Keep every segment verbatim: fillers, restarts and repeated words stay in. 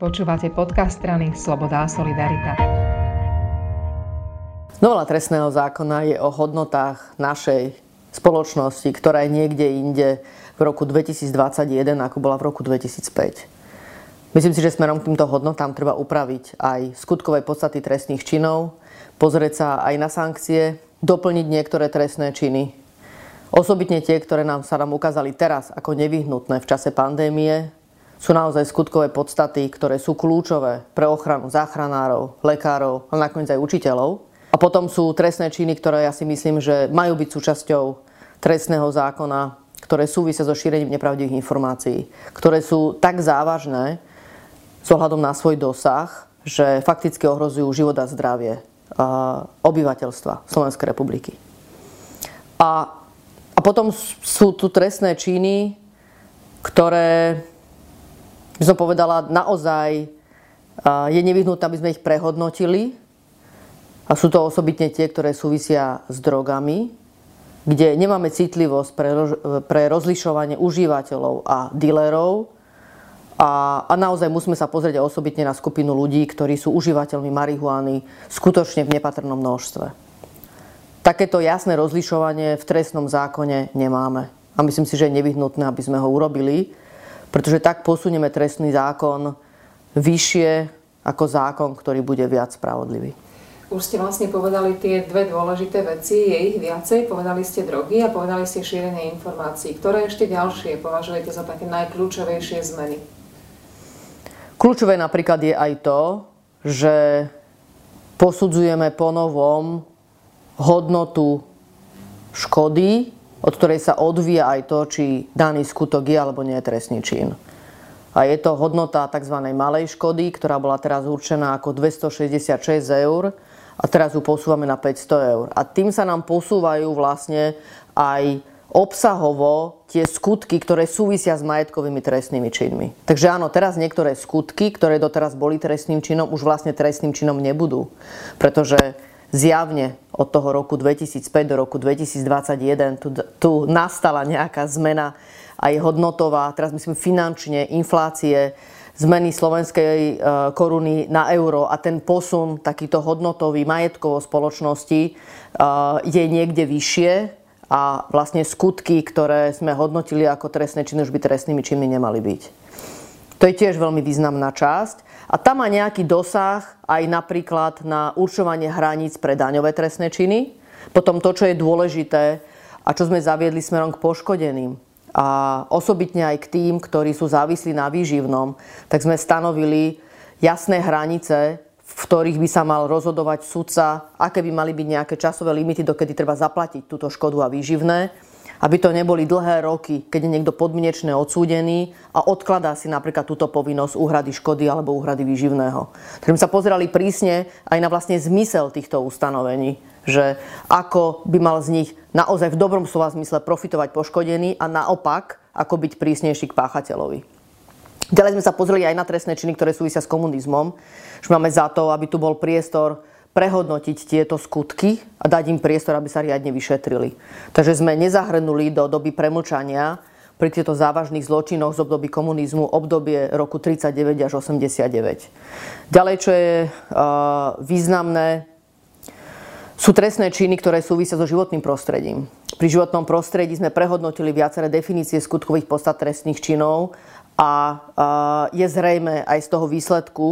Počúvate podcast strany Sloboda a Solidarita. Novela trestného zákona je o hodnotách našej spoločnosti, ktorá je niekde inde v roku dvetisícdvadsaťjeden, ako bola v roku dvetisícpäť. Myslím si, že smerom k týmto hodnotám treba upraviť aj skutkové podstaty trestných činov, pozrieť sa aj na sankcie, doplniť niektoré trestné činy. Osobitne tie, ktoré nám sa nám ukázali teraz ako nevyhnutné v čase pandémie, sú naozaj skutkové podstaty, ktoré sú kľúčové pre ochranu záchranárov, lekárov, ale nakoniec aj učiteľov. A potom sú trestné činy, ktoré ja si myslím, že majú byť súčasťou trestného zákona, ktoré súvisia so šírením nepravdivých informácií, ktoré sú tak závažné s ohľadom na svoj dosah, že fakticky ohrozujú život a zdravie obyvateľstva Slovenskej republiky. A, a potom sú tu trestné činy, ktoré, by som povedala, naozaj je nevyhnutné, aby sme ich prehodnotili. A sú to osobitne tie, ktoré súvisia s drogami, kde nemáme citlivosť pre, pre rozlišovanie užívateľov a dílerov. A, a naozaj musíme sa pozrieť osobitne na skupinu ľudí, ktorí sú užívateľmi marihuany skutočne v nepatrnom množstve. Takéto jasné rozlišovanie v trestnom zákone nemáme. A myslím si, že je nevyhnutné, aby sme ho urobili, pretože tak posunieme trestný zákon vyššie ako zákon, ktorý bude viac spravodlivý. Už ste vlastne povedali tie dve dôležité veci, je ich viacej. Povedali ste drogy a povedali ste šírenie informácií. Ktoré ešte ďalšie považujete za také najkľúčovejšie zmeny? Kľúčové napríklad je aj to, že posudzujeme po novom hodnotu škody, od ktorej sa odvíja aj to, či daný skutok je alebo nie je trestný čin. A je to hodnota tzv. Malej škody, ktorá bola teraz určená ako dvestošesťdesiatšesť eur a teraz ju posúvame na päťsto eur. A tým sa nám posúvajú vlastne aj obsahovo tie skutky, ktoré súvisia s majetkovými trestnými činmi. Takže áno, teraz niektoré skutky, ktoré doteraz boli trestným činom, už vlastne trestným činom nebudú. Pretože zjavne od toho roku dvetisícpäť do roku dvetisícdvadsaťjeden tu, tu nastala nejaká zmena aj hodnotová, teraz myslím finančne, inflácie, zmeny slovenskej koruny na euro a ten posun takýto hodnotový majetkovo spoločnosti je niekde vyššie a vlastne skutky, ktoré sme hodnotili ako trestné činy, už by trestnými činmi nemali byť. To je tiež veľmi významná časť. A tam má nejaký dosah aj napríklad na určovanie hraníc pre daňové trestné činy. Potom to, čo je dôležité a čo sme zaviedli smerom k poškodeným a osobitne aj k tým, ktorí sú závislí na výživnom, tak sme stanovili jasné hranice, v ktorých by sa mal rozhodovať sudca, aké by mali byť nejaké časové limity, dokedy treba zaplatiť túto škodu a výživné. Aby to neboli dlhé roky, keď je niekto podmienečne odsúdený a odkladá si napríklad túto povinnosť úhrady škody alebo úhrady výživného. Takže sme sa pozerali prísne aj na vlastne zmysel týchto ustanovení, že ako by mal z nich naozaj v dobrom slova zmysle profitovať poškodený a naopak, ako byť prísnejší k páchateľovi. Ďalej sme sa pozreli aj na trestné činy, ktoré súvisia s komunizmom, že máme za to, aby tu bol priestor prehodnotiť tieto skutky a dať im priestor, aby sa riadne vyšetrili. Takže sme nezahrnuli do doby premlčania pri týchto závažných zločinoch z období komunizmu obdobie roku tridsaťdeväť až osemdesiatdeväť. Ďalej, čo je uh, významné, sú trestné činy, ktoré súvisia so životným prostredím. Pri životnom prostredí sme prehodnotili viaceré definície skutkových podstat trestných činov a uh, je zrejme aj z toho výsledku,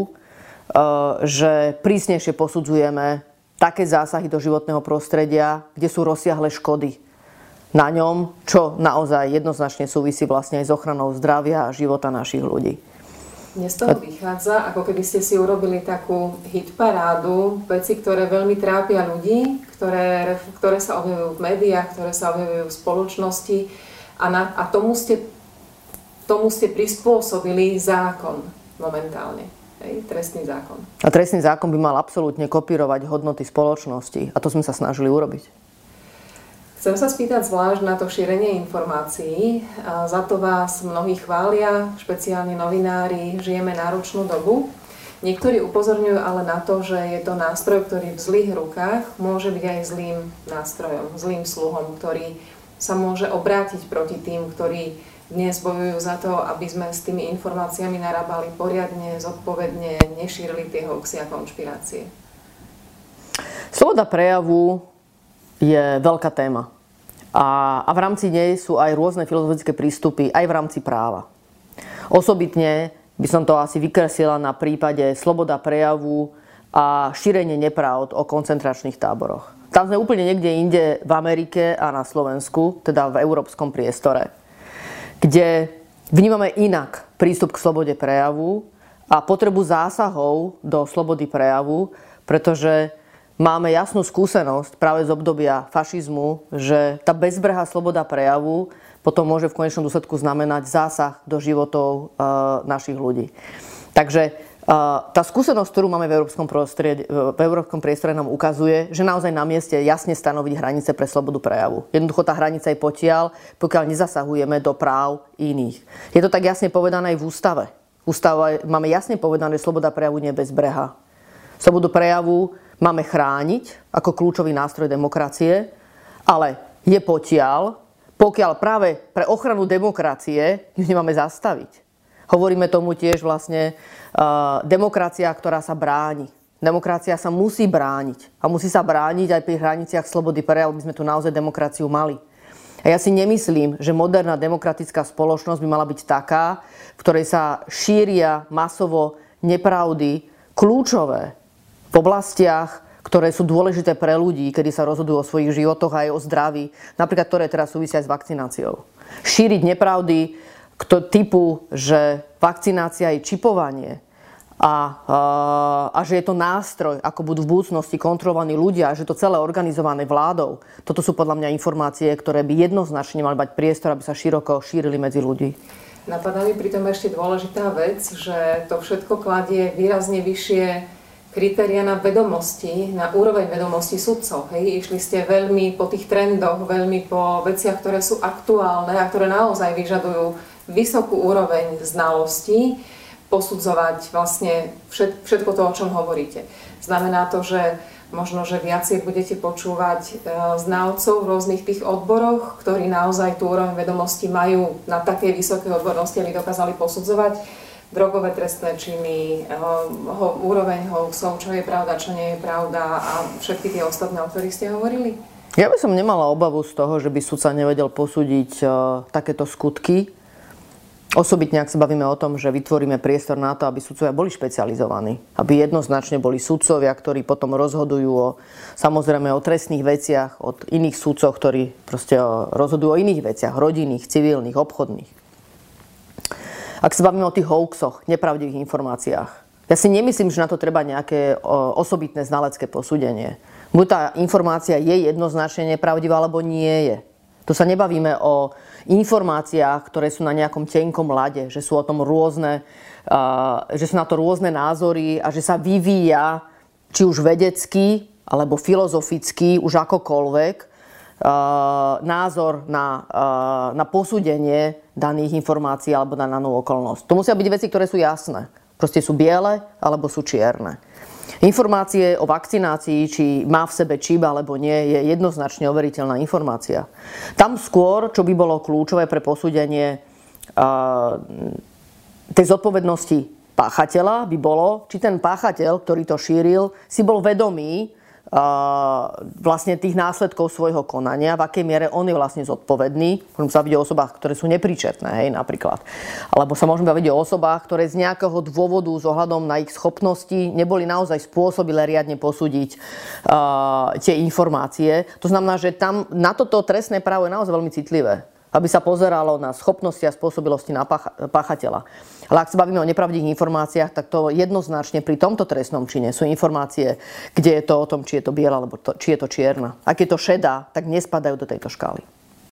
že prísnejšie posudzujeme také zásahy do životného prostredia, kde sú rozsiahle škody na ňom, čo naozaj jednoznačne súvisí vlastne aj s ochranou zdravia a života našich ľudí. Mne z toho vychádza, ako keby ste si urobili takú hitparádu, veci, ktoré veľmi trápia ľudí, ktoré, ktoré sa objavujú v médiách, ktoré sa objavujú v spoločnosti a, na, a tomu, ste, tomu ste prispôsobili zákon momentálne. Trestný zákon. A trestný zákon by mal absolútne kopírovať hodnoty spoločnosti. A to sme sa snažili urobiť. Chcem sa spýtať zvlášť na to šírenie informácií. A za to vás mnohí chvália, špeciálne novinári, žijeme náročnú dobu. Niektorí upozorňujú ale na to, že je to nástroj, ktorý v zlých rukách môže byť aj zlým nástrojom, zlým sluhom, ktorý sa môže obrátiť proti tým, ktorí dnes bojujú za to, aby sme s tými informáciami narábali poriadne, zodpovedne, nešírili tie hoaxy a konšpirácie. Sloboda prejavu je veľká téma. A, a v rámci nej sú aj rôzne filozofické prístupy, aj v rámci práva. Osobitne by som to asi vykreslila na prípade sloboda prejavu a šírenie nepravd o koncentračných táboroch. Tam sme úplne niekde inde v Amerike a na Slovensku, teda v európskom priestore, kde vnímame inak prístup k slobode prejavu a potrebu zásahov do slobody prejavu, pretože máme jasnú skúsenosť práve z obdobia fašizmu, že tá bezbrehá sloboda prejavu potom môže v konečnom dôsledku znamenať zásah do životov e, našich ľudí. Takže e, tá skúsenosť, ktorú máme v európskom, v európskom priestore, nám ukazuje, že naozaj na mieste je jasne stanoviť hranice pre slobodu prejavu. Jednoducho tá hranica je potiaľ, pokiaľ nezasahujeme do práv iných. Je to tak jasne povedané aj v ústave. Ústava, máme jasne povedané, že sloboda prejavu nie je bezbrehá. Slobodu prejavu máme chrániť ako kľúčový nástroj demokracie, ale je potiaľ, pokiaľ práve pre ochranu demokracie ju nemáme zastaviť. Hovoríme tomu tiež vlastne uh, demokracia, ktorá sa bráni. Demokracia sa musí brániť. A musí sa brániť aj pri hraniciach slobody prejavu, aby sme tu naozaj demokraciu mali. A ja si nemyslím, že moderná demokratická spoločnosť by mala byť taká, v ktorej sa šíria masovo nepravdy kľúčové v oblastiach, ktoré sú dôležité pre ľudí, kedy sa rozhodujú o svojich životoch a aj o zdraví, napríklad ktoré teraz súvisia aj s vakcináciou. Šíriť nepravdy typu, že vakcinácia je čipovanie a, a že je to nástroj, ako budú v budúcnosti kontrolovaní ľudia, a že to celé organizované vládou. Toto sú podľa mňa informácie, ktoré by jednoznačne mali mať priestor, aby sa široko šírili medzi ľudí. Napadá mi pritom ešte dôležitá vec, že to všetko kladie výrazne vyššie kritéria na vedomosti, na úroveň vedomosti sudcov. Hej. Išli ste veľmi po tých trendoch, veľmi po veciach, ktoré sú aktuálne a ktoré naozaj vyžadujú vysokú úroveň znalostí, posudzovať vlastne všetko to, o čom hovoríte. Znamená to, že možno, že viacej budete počúvať znalcov v rôznych tých odboroch, ktorí naozaj tú úroveň vedomosti majú na takej vysokej odbornosti, aby dokázali posudzovať drogové trestné činy, ho, úroveň hoaxov, čo je pravda, čo nie je pravda a všetky tie ostatné, o ktorých ste hovorili? Ja by som nemala obavu z toho, že by sudca nevedel posúdiť uh, takéto skutky. Osobitne, ak sa bavíme o tom, že vytvoríme priestor na to, aby sudcovia boli špecializovaní. Aby jednoznačne boli sudcovia, ktorí potom rozhodujú o, samozrejme o trestných veciach od iných sudcov, ktorí proste rozhodujú o iných veciach, rodinných, civilných, obchodných. Ak sa bavíme o tých hoaxoch, nepravdivých informáciách, ja si nemyslím, že na to treba nejaké osobitné znalecké posúdenie. Buď tá informácia je jednoznačne nepravdivá, alebo nie je. Tu sa nebavíme o informáciách, ktoré sú na nejakom tenkom ľade, že sú o tom rôzne, že sú na to rôzne názory a že sa vyvíja, či už vedecky, alebo filozoficky, už akokoľvek, názor na, na posúdenie daných informácií alebo na danú okolnosť. To musia byť veci, ktoré sú jasné. Proste sú biele alebo sú čierne. Informácie o vakcinácii, či má v sebe čip alebo nie, je jednoznačne overiteľná informácia. Tam skôr, čo by bolo kľúčové pre posúdenie tej zodpovednosti páchateľa, by bolo, či ten páchateľ, ktorý to šíril, si bol vedomý vlastne tých následkov svojho konania, v akej miere on je vlastne zodpovedný. Môžeme sa baviť o osobách, ktoré sú nepríčetné, hej, napríklad. Alebo sa môžeme baviť o osobách, ktoré z nejakého dôvodu s ohľadom na ich schopnosti neboli naozaj spôsobilé riadne posúdiť uh, tie informácie. To znamená, že tam na toto trestné právo je naozaj veľmi citlivé, aby sa pozeralo na schopnosti a spôsobilosti na páchateľa. Ale ak sa bavíme o nepravdivých informáciách, tak to jednoznačne pri tomto trestnom čine sú informácie, kde je to o tom, či je to biela alebo to, či je to čierna. Ak je to šedá, tak nespadajú do tejto škály.